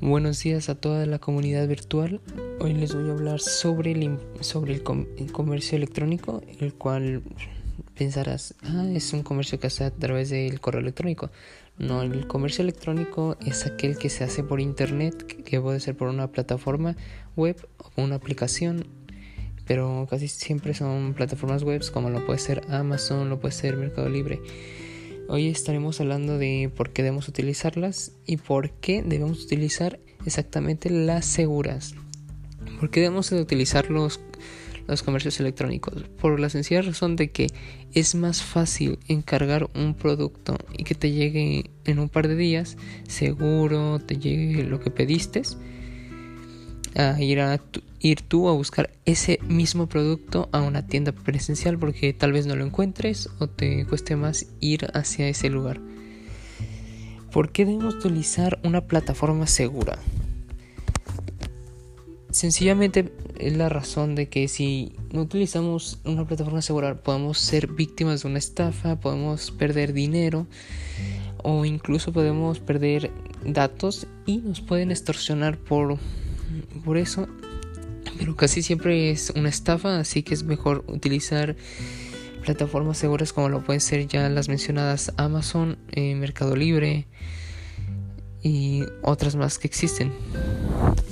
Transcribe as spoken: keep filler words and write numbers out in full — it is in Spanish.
Buenos días a toda la comunidad virtual. Hoy les voy a hablar sobre el, sobre el, com- el comercio electrónico, el cual pensarás, ah, es un comercio que se hace a través del correo electrónico. No, el comercio electrónico es aquel que se hace por internet, que, que puede ser por una plataforma web o una aplicación, pero casi siempre son plataformas web, como lo puede ser Amazon, lo puede ser Mercado Libre. Hoy estaremos hablando de por qué debemos utilizarlas y por qué debemos utilizar exactamente las seguras. ¿Por qué debemos utilizar los, los comercios electrónicos? Por la sencilla razón de que es más fácil encargar un producto y que te llegue en un par de días, seguro te llegue lo que pediste, a ir, a tu, ir tú a buscar ese mismo producto a una tienda presencial, porque tal vez no lo encuentres o te cueste más ir hacia ese lugar. ¿Por qué debemos utilizar una plataforma segura? Sencillamente es la razón de que si no utilizamos una plataforma segura podemos ser víctimas de una estafa, podemos perder dinero o incluso podemos perder datos y nos pueden extorsionar por por eso, pero casi siempre es una estafa, así que es mejor utilizar plataformas seguras como lo pueden ser ya las mencionadas Amazon, eh, Mercado Libre y otras más que existen.